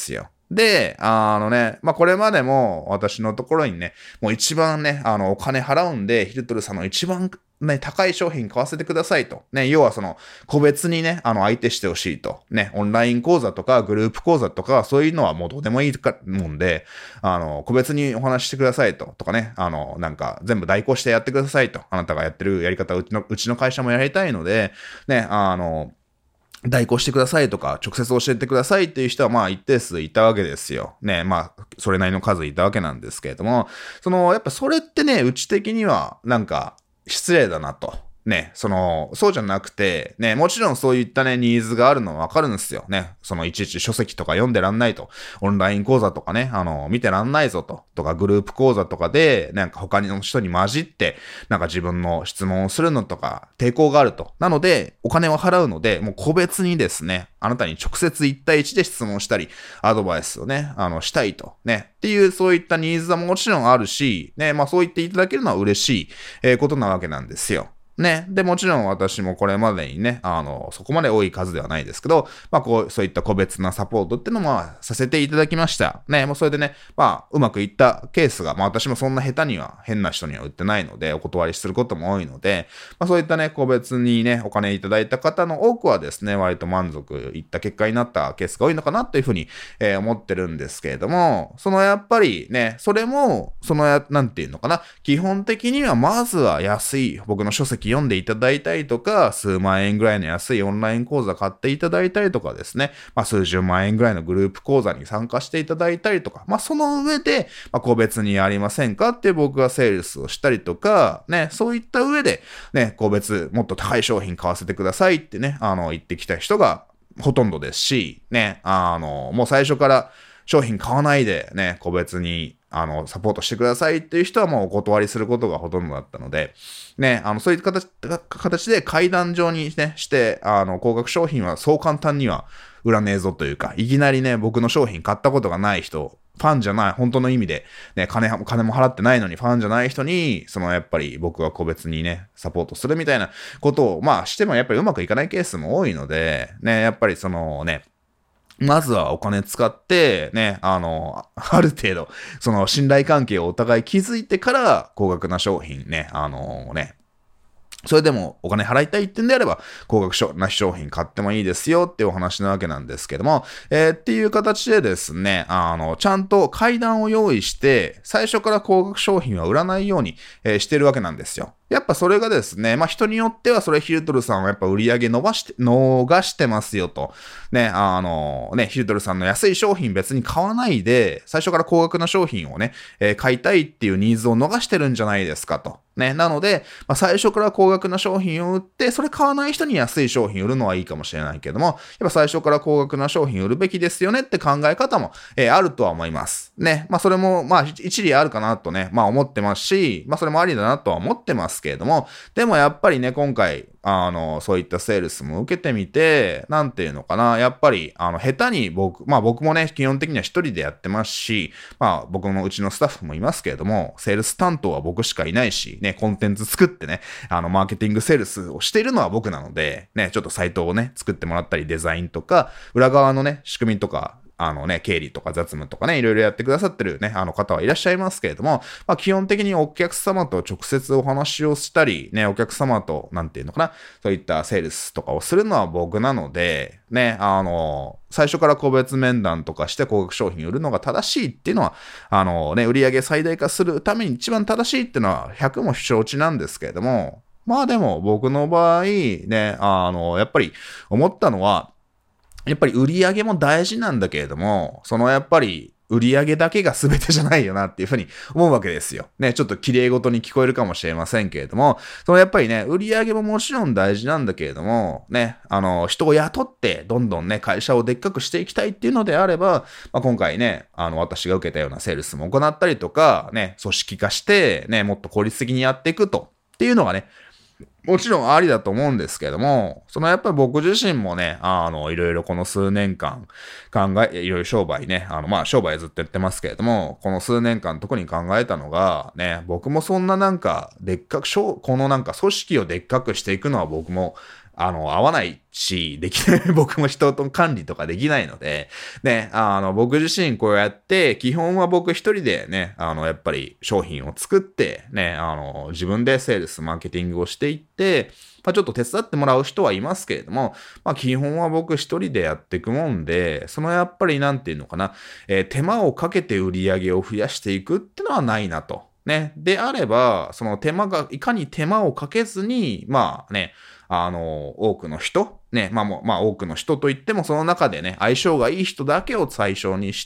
で、あのね、まあ、これまでも私のところにね、もう一番ね、あの、お金払うんで、ヒルトルさんの一番ね、高い商品買わせてくださいと。ね、要はその、個別にね、あの、相手してほしいと。ね、オンライン講座とか、グループ講座とか、そういうのはもうどうでもいいかもんで、あの、個別にお話ししてくださいと。とかね、あの、なんか、全部代行してやってくださいと。あなたがやってるやり方、うちの、うちの会社もやりたいので、ね、あの、代行してくださいとか、直接教えてくださいっていう人はまあ一定数いたわけですよ。ね、まあ、それなりの数いたわけなんですけれども、その、やっぱそれってね、うち的にはなんか失礼だなと。ね、その、そうじゃなくて、ね、もちろんそういったね、ニーズがあるのはわかるんですよ。ね、そのいちいち書籍とか読んでらんないと。オンライン講座とかね、あの、見てらんないぞと。とか、グループ講座とかで、なんか他の人に混じって、なんか自分の質問をするのとか、抵抗があると。なので、お金を払うので、もう個別にですね、あなたに直接いち対いちで質問したり、アドバイスをね、あの、したいと。ね、っていう、そういったニーズはもちろんあるし、ね、まあそう言っていただけるのは嬉しい、えー、ことなわけなんですよ。ね。で、もちろん私もこれまでにね、あの、そこまで多い数ではないですけど、まあ、こう、そういった個別なサポートっていうのも、させていただきました。ね。もうそれでね、まあ、うまくいったケースが、まあ、私もそんな下手には、変な人には売ってないので、お断りすることも多いので、まあ、そういったね、個別にね、お金いただいた方の多くはですね、割と満足いった結果になったケースが多いのかなというふうに、えー、思ってるんですけれども、そのやっぱりね、それも、そのや、なんていうのかな、基本的にはまずは安い、僕の書籍読んでいただいたりとか、数万円ぐらいの安いオンライン講座買っていただいたりとかですね、まあ数十万円ぐらいのグループ講座に参加していただいたりとか、まあその上で、まあ個別にやりませんかって僕がセールスをしたりとか、ね、そういった上で、ね、個別、もっと高い商品買わせてくださいってね、あの、言ってきた人がほとんどですし、ね、あの、もう最初から商品買わないでね、個別にあの、サポートしてくださいっていう人はもうお断りすることがほとんどだったので、ね、あの、そういう形、形で階段状にね、して、あの、高額商品はそう簡単には売らねえぞというか、いきなりね、僕の商品買ったことがない人、ファンじゃない、本当の意味で、ね、金、金も払ってないのにファンじゃない人に、そのやっぱり僕が個別にね、サポートするみたいなことを、まあしてもやっぱりうまくいかないケースも多いので、ね、やっぱりそのね、まずはお金使って、ね、あの、ある程度、その信頼関係をお互い築いてから、高額な商品ね、あのね、それでもお金払いたいってんであれば、高額な商品買ってもいいですよっていうお話なわけなんですけども、えー、っていう形でですね、あの、ちゃんと階段を用意して、最初から高額商品は売らないように、えー、してるわけなんですよ。やっぱそれがですね、まあ人によってはそれヒルトルさんはやっぱ売り上げ伸ばして、逃してますよと。ね、あの、ね、ヒルトルさんの安い商品別に買わないで、最初から高額な商品をね、えー、買いたいっていうニーズを逃してるんじゃないですかと。ね、なので、まあ、最初から高額な商品を売って、それ買わない人に安い商品売るのはいいかもしれないけども、やっぱ最初から高額な商品売るべきですよねって考え方も、えー、あるとは思います。ね、まあそれも、まあ一理あるかなとね、まあ思ってますし、まあそれもありだなとは思ってますけれども、でもやっぱりね、今回、あの、そういったセールスも受けてみて、なんていうのかな、やっぱり、あの、下手に僕、まあ僕もね、基本的には一人でやってますし、まあ僕のうちのスタッフもいますけれども、セールス担当は僕しかいないし、ね、コンテンツ作ってね、あの、マーケティングセールスをしているのは僕なので、ね、ちょっとサイトをね、作ってもらったり、デザインとか、裏側のね、仕組みとか、あのね、経理とか雑務とかね、いろいろやってくださってるね、あの方はいらっしゃいますけれども、まあ基本的にお客様と直接お話をしたり、ね、お客様と、なんていうのかな、そういったセールスとかをするのは僕なので、ね、あの、最初から個別面談とかして高額商品売るのが正しいっていうのは、あのね、売上最大化するために一番正しいっていうのはひゃくも承知なんですけれども、まあでも僕の場合、ね、あの、やっぱり思ったのは、やっぱり売り上げも大事なんだけれども、そのやっぱり売り上げだけが全てじゃないよなっていうふうに思うわけですよ。ね、ちょっと綺麗事に聞こえるかもしれませんけれども、そのやっぱりね、売り上げももちろん大事なんだけれども、ね、あの、人を雇ってどんどんね、会社をでっかくしていきたいっていうのであれば、まあ、今回ね、あの、私が受けたようなセールスも行ったりとか、ね、組織化して、ね、もっと効率的にやっていくと、っていうのがね、もちろんありだと思うんですけども、そのやっぱり僕自身もね、あの、いろいろこの数年間考え、いろいろ商売ね、あの、まあ商売ずっとやってますけれども、この数年間特に考えたのが、ね、僕もそんななんか、でっかく、このなんか組織をでっかくしていくのは僕も、 あの、合わないし、できない、僕も人と管理とかできないので、ね、あの、僕自身こうやって、基本は僕一人でね、あの、やっぱり商品を作って、ね、あの、自分でセールス、マーケティングをしていって、まあ、ちょっと手伝ってもらう人はいますけれども、まあ、基本は僕一人でやっていくもんで、そのやっぱりなんていうのかな、えー手間をかけて売り上げを増やしていくってのはないなと。ね。であれば、その手間が、いかに手間をかけずに、まあね、あの、多くの人、ね、まあもう、まあ多くの人といっても、その中でね、相性がいい人だけを最小にして、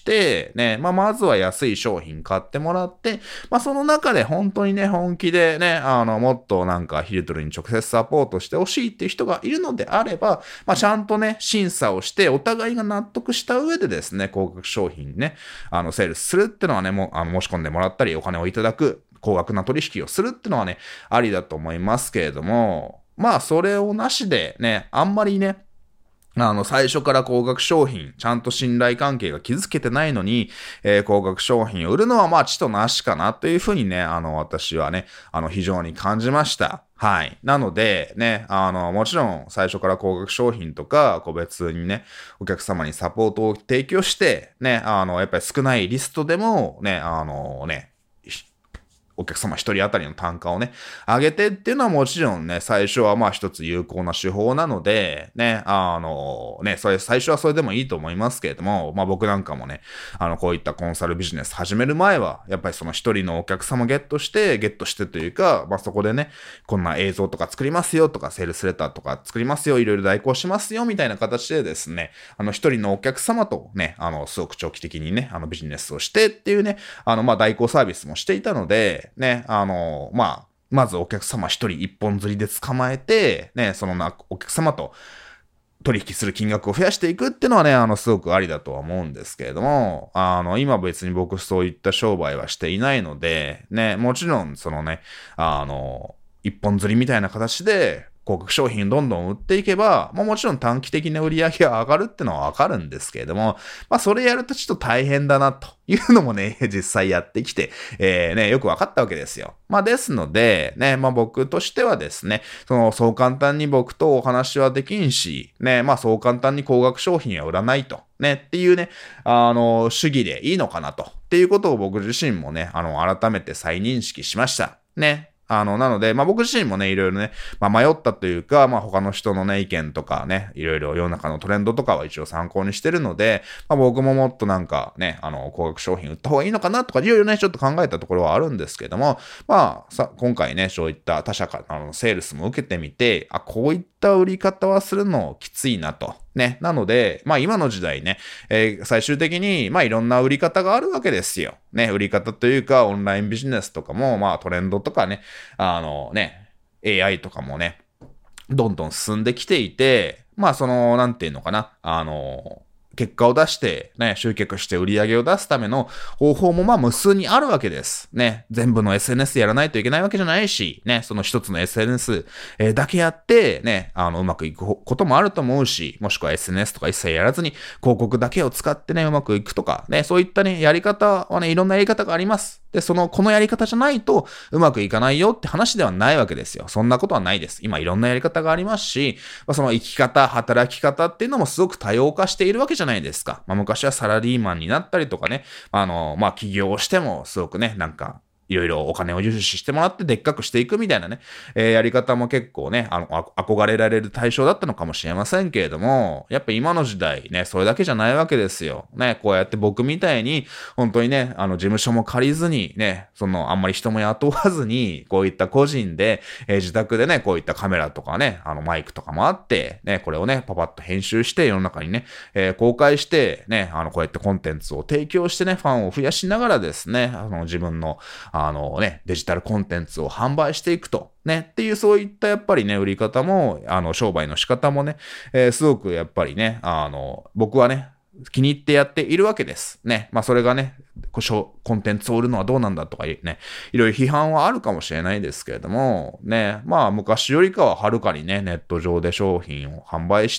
ね、まあまずは安い商品買ってもらって、まあその中で本当にね、本気でね、あの、もっとなんかヒルトルに直接サポートしてほしいっていう人がいるのであれば、まあちゃんとね、審査をして、お互いが納得した上でですね、高額商品ね、あの、セールスするってのはね、もう、あの、申し込んでもらったり、お金をいただく、高額な取引をするってのはね、ありだと思いますけれども、まあ、それをなしでね、あんまりね、あの、最初から高額商品、ちゃんと信頼関係が築けてないのに、えー高額商品を売るのはまあ、ちとなしかなというふうにね、あの、私はね、あの、非常に感じました。はい。なので、ね、あの、もちろん最初から高額商品とか、個別にね、お客様にサポートを提供して、ね、あの、やっぱり少ないリストでも、ね、あのね、お客様一人当たりの単価をね、上げてっていうのはもちろんね、最初はまあ一つ有効な手法なので、ね、あの、ね、それ、最初はそれでもいいと思いますけれども、まあ僕なんかもね、あの、こういったコンサルビジネス始める前は、やっぱりその一人のお客様ゲットして、ゲットしてというか、まあそこでね、こんな映像とか作りますよとか、セールスレターとか作りますよ、いろいろ代行しますよ、みたいな形でですね、あの一人のお客様とね、あの、すごく長期的にね、あのビジネスをしてっていうね、あの、まあ代行サービスもしていたので、ね、あの、まあ、まずお客様一人一本釣りで捕まえて、ね、そのな、お客様と取引する金額を増やしていくっていうのはね、あの、すごくありだとは思うんですけれども、あの、今別に僕そういった商売はしていないので、ね、もちろんそのね、あの、一本釣りみたいな形で、広告商品どんどん売っていけば、まあもちろん短期的な売り上げが上がるってのはわかるんですけれども、まあそれやるとちょっと大変だなというのもね、実際やってきて、えー、ね、よくわかったわけですよ。まあですので、ね、まあ僕としてはですね、その、そう簡単に僕とお話はできんし、ね、まあそう簡単に高額商品は売らないと、ね、っていうね、あの、主義でいいのかなと、っていうことを僕自身もね、あの、改めて再認識しました。ね。あの、なので、まあ僕自身もね、いろいろね、まあ迷ったというか、まあ他の人のね、意見とかね、いろいろ世の中のトレンドとかは一応参考にしてるので、まあ僕ももっとなんかね、あの、高額商品売った方がいいのかなとか、いろいろね、ちょっと考えたところはあるんですけども、まあ、さ、今回ね、そういった他社からのセールスも受けてみて、あ、こういった売り方はするのきついなと。ね。なので、まあ今の時代ね、えー最終的に、まあいろんな売り方があるわけですよ。ね。売り方というか、オンラインビジネスとかも、まあトレンドとかね、あのね、エーアイ とかもね、どんどん進んできていて、まあその、なんていうのかな、あの、結果を出して、ね、集客して売り上げを出すための方法もまあ無数にあるわけです。ね、全部の エスエヌエス やらないといけないわけじゃないし、ね、その一つの エスエヌエス だけやって、ね、あの、うまくいくこともあると思うし、もしくは エスエヌエス とか一切やらずに広告だけを使ってね、うまくいくとか、ね、そういったね、やり方はね、いろんなやり方があります。で、その、このやり方じゃないとうまくいかないよって話ではないわけですよ。そんなことはないです。今いろんなやり方がありますし、まあ、その生き方、働き方っていうのもすごく多様化しているわけじゃないですか。まあ、昔はサラリーマンになったりとかね、あの、まあ、起業をしてもすごくね、なんか、いろいろお金を融資してもらってでっかくしていくみたいなね、えーやり方も結構ね、あの、あ憧れられる対象だったのかもしれませんけれども、やっぱ今の時代ね、それだけじゃないわけですよ。ね、こうやって僕みたいに、本当にね、あの、事務所も借りずにね、その、あんまり人も雇わずに、こういった個人で、えー自宅でね、こういったカメラとかね、あの、マイクとかもあって、ね、これをね、パパッと編集して世の中にね、えー公開して、ね、あの、こうやってコンテンツを提供してね、ファンを増やしながらですね、あの、自分の、あのね、デジタルコンテンツを販売していくと。ね、っていうそういったやっぱりね、売り方も、あの、商売の仕方もね、えーすごくやっぱりね、あの、僕はね、気に入ってやっているわけです。ね。まあそれがね、こうコンテンツを売るのはどうなんだとかいうね、いろいろ批判はあるかもしれないですけれども、ね、まあ昔よりかははるかにね、ネット上で商品を販売して、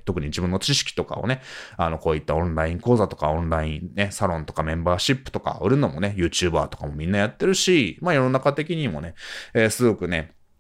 特に自分の知識とかをね、あの、こういったオンライン講座とかオンラインね、サロンとかメンバーシップとか売るのもね、YouTuber とかもみんなやってるし、まあ世の中的にもね、えーすごくね、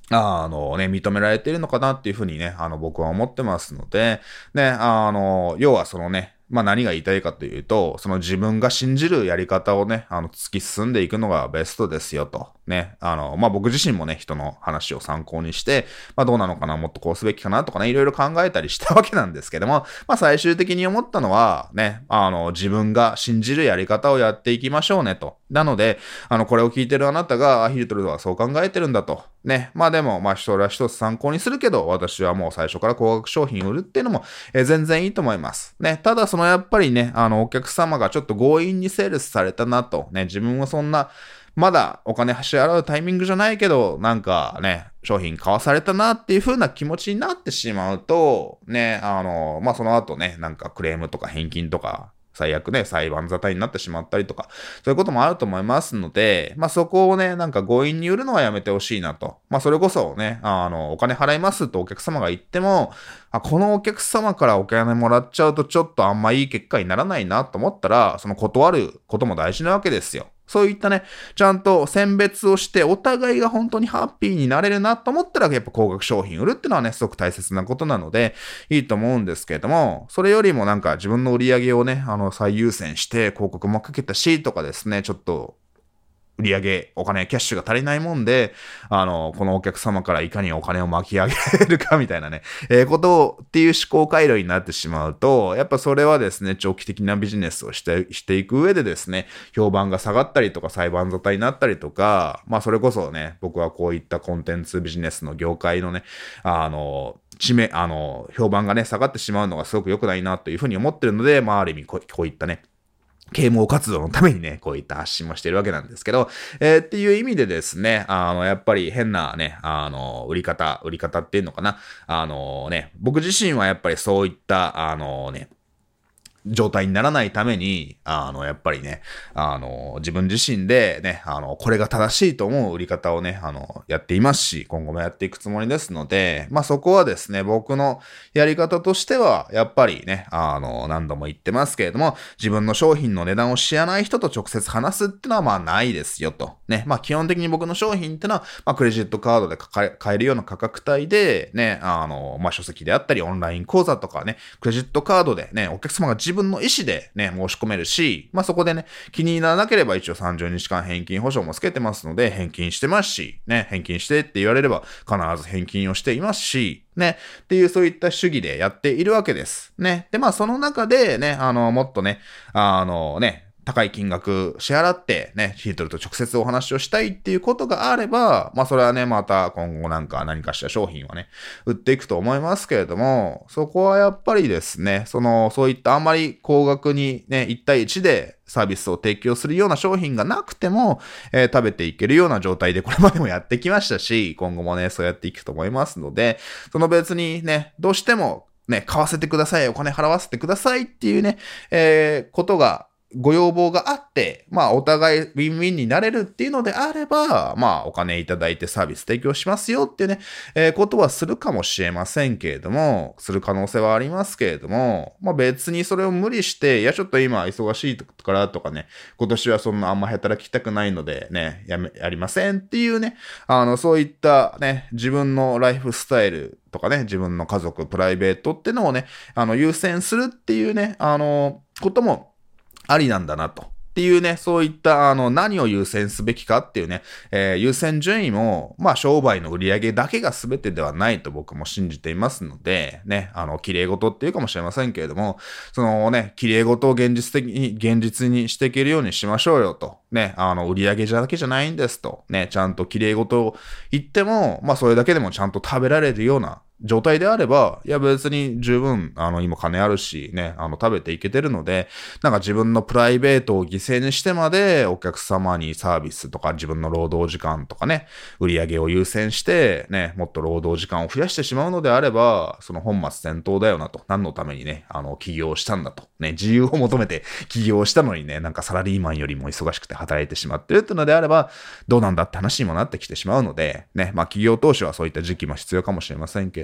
あのね、認められているのかなっていうふうにね、あの僕は思ってますので、ね、あの、要はそのね、まあ何が言いたいかというと、その自分が信じるやり方をね、あの突き進んでいくのがベストですよと。ね、あの、まあ僕自身もね、人の話を参考にして、まあどうなのかな、もっとこうすべきかなとかね、いろいろ考えたりしたわけなんですけども、まあ最終的に思ったのは、ね、あの、自分が信じるやり方をやっていきましょうねと。なので、あの、これを聞いてるあなたが、あヒルトルはそう考えてるんだと。ね、まあでも、まあそれは一つ参考にするけど、私はもう最初から高額商品を売るっていうのも、えー全然いいと思います。ね、ただそのやっぱりね、あの、お客様がちょっと強引にセールスされたなと。ね、自分はそんな、まだお金支払うタイミングじゃないけど、なんかね、商品買わされたなっていう風な気持ちになってしまうと、ね、あの、まあ、その後ね、なんかクレームとか返金とか、最悪ね、裁判沙汰になってしまったりとか、そういうこともあると思いますので、まあ、そこをね、なんか強引に売るのはやめてほしいなと。まあ、それこそね、あの、お金払いますとお客様が言っても、あ、このお客様からお金もらっちゃうとちょっとあんまいい結果にならないなと思ったら、その断ることも大事なわけですよ。そういったね、ちゃんと選別をして、お互いが本当にハッピーになれるなと思ったら、やっぱ高額商品売るっていうのはね、すごく大切なことなので、いいと思うんですけれども、それよりもなんか自分の売り上げをね、あの、最優先して、広告もかけたし、とかですね、ちょっと、売り上げ、お金、キャッシュが足りないもんで、あの、このお客様からいかにお金を巻き上げられるかみたいなね、えー、ことを、っていう思考回路になってしまうと、やっぱそれはですね、長期的なビジネスをして、していく上でですね、評判が下がったりとか、裁判沙汰になったりとか、まあそれこそね、僕はこういったコンテンツビジネスの業界のね、あの、知名、あの、評判がね、下がってしまうのがすごく良くないなというふうに思ってるので、まあある意味こう、こういったね、啓蒙活動のためにね、こういった発信もしてるわけなんですけど、えー、っていう意味でですね、あの、やっぱり変なね、あの、売り方、売り方っていうのかな。あのね、僕自身はやっぱりそういった、あのね、状態にならないために、あの、やっぱりね、あの、自分自身でね、あの、これが正しいと思う売り方をね、あの、やっていますし、今後もやっていくつもりですので、まあ、そこはですね、僕のやり方としては、やっぱりね、あの、何度も言ってますけれども、自分の商品の値段を知らない人と直接話すってのは、まあ、ないですよと。ね、まあ、基本的に僕の商品ってのは、まあ、クレジットカードで買えるような価格帯で、ね、あの、まあ、書籍であったり、オンライン講座とかね、クレジットカードでね、お客様が自分自分の意思でね、申し込めるし、まあ、そこでね、気にならなければ一応さんじゅうにちかん返金保証もつけてますので、返金してますし、ね、返金してって言われれば必ず返金をしていますし、ね、っていうそういった主義でやっているわけです。ね。で、まあ、その中でね、あの、もっとね、あのね、高い金額支払ってね、ヒートルと直接お話をしたいっていうことがあれば、まあそれはね、また今後なんか何かした商品はね、売っていくと思いますけれども、そこはやっぱりですね、その、そういったあんまり高額にね、いち対いちでサービスを提供するような商品がなくても、えー、食べていけるような状態でこれまでもやってきましたし、今後もね、そうやっていくと思いますので、その別にね、どうしてもね、買わせてください、お金払わせてくださいっていうね、えー、ことが、ご要望があって、まあお互いウィンウィンになれるっていうのであれば、まあお金いただいてサービス提供しますよっていうね、えー、ことはするかもしれませんけれども、する可能性はありますけれども、まあ別にそれを無理して、いやちょっと今忙しいからとかね、今年はそんなあんま働きたくないのでね、やめ、やりませんっていうね、あのそういったね、自分のライフスタイルとかね、自分の家族、プライベートってのをね、あの優先するっていうね、あの、ことも、ありなんだなと。っていうね、そういったあの何を優先すべきかっていうね、えー、優先順位も、まあ商売の売り上げだけが全てではないと僕も信じていますので、ね、あの、綺麗事っていうかもしれませんけれども、そのね、綺麗事を現実的に、現実にしていけるようにしましょうよと。ね、あの、売り上げだけじゃないんですと。ね、ちゃんと綺麗事を言っても、まあそれだけでもちゃんと食べられるような、状態であれば、いや別に十分、あの、今金あるし、ね、あの、食べていけてるので、なんか自分のプライベートを犠牲にしてまで、お客様にサービスとか自分の労働時間とかね、売り上げを優先して、ね、もっと労働時間を増やしてしまうのであれば、その本末転倒だよなと。何のためにね、あの、起業したんだと。ね、自由を求めて起業したのにね、なんかサラリーマンよりも忙しくて働いてしまってるっていうのであれば、どうなんだって話にもなってきてしまうので、ね、まあ企業投資はそういった時期も必要かもしれませんけれども、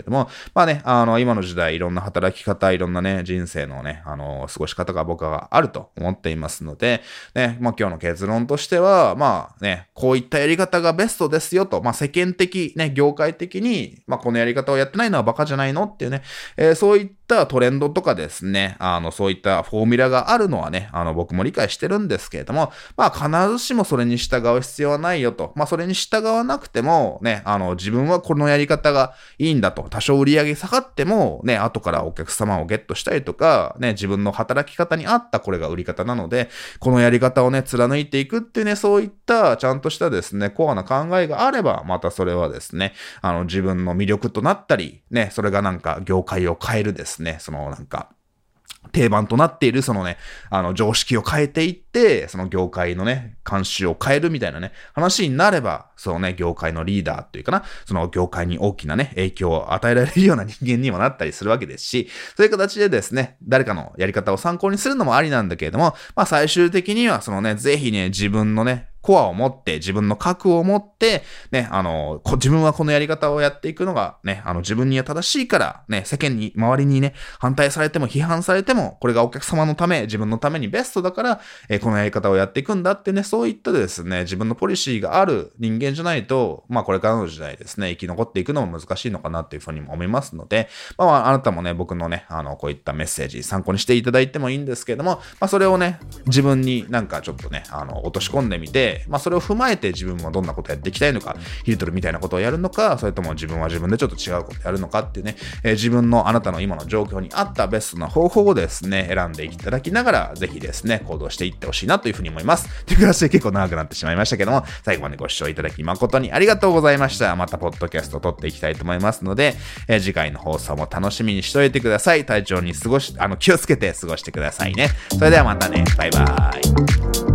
れども、まあね、あの、今の時代いろんな働き方、いろんなね、人生のね、あの、過ごし方が僕はあると思っていますので、ね、まあ今日の結論としては、まあね、こういったやり方がベストですよと、まあ世間的、ね、業界的に、まあこのやり方をやってないのはバカじゃないのっていうね、えー、そういったトレンドとかですね、あの、そういったフォーミュラがあるのはね、あの、僕も理解してるんですけれども、まあ必ずしもそれに従う必要はないよと、まあそれに従わなくても、ね、あの、自分はこのやり方がいいんだと、多少売り上げ下がっても、ね、後からお客様をゲットしたりとか、ね、自分の働き方に合ったこれが売り方なので、このやり方をね、貫いていくっていうね、そういったちゃんとしたですね、コアな考えがあれば、またそれはですね、あの、自分の魅力となったり、ね、それがなんか業界を変えるですね、そのなんか、定番となっているそのね、あの常識を変えていって、その業界のね、慣習を変えるみたいなね、話になれば、そのね、業界のリーダーというかな、その業界に大きなね、影響を与えられるような人間にもなったりするわけですし、そういう形でですね、誰かのやり方を参考にするのもありなんだけれども、まあ最終的にはそのね、ぜひね、自分のね、コアを持って、自分の核を持って、ね、あの、自分はこのやり方をやっていくのが、ね、あの、自分には正しいから、ね、世間に、周りにね、反対されても批判されても、これがお客様のため、自分のためにベストだから、えー、このやり方をやっていくんだってね、そういったですね、自分のポリシーがある人間じゃないと、まあ、これからの時代ですね、生き残っていくのも難しいのかなっていうふうにも思いますので、まあ、あなたもね、僕のね、あの、こういったメッセージ参考にしていただいてもいいんですけれども、まあ、それをね、自分になんかちょっとね、あの、落とし込んでみて、まあそれを踏まえて自分はどんなことやっていきたいのか、ヒルトルみたいなことをやるのか、それとも自分は自分でちょっと違うことやるのかっていうね、えー、自分のあなたの今の状況に合ったベストな方法をですね、選んでいただきながら、ぜひですね、行動していってほしいなというふうに思います。という形で結構長くなってしまいましたけども、最後までご視聴いただき誠にありがとうございました。またポッドキャストを撮っていきたいと思いますので、えー、次回の放送も楽しみにしておいてください。体調に過ごし、あの、気をつけて過ごしてくださいね。それではまたね、バイバーイ。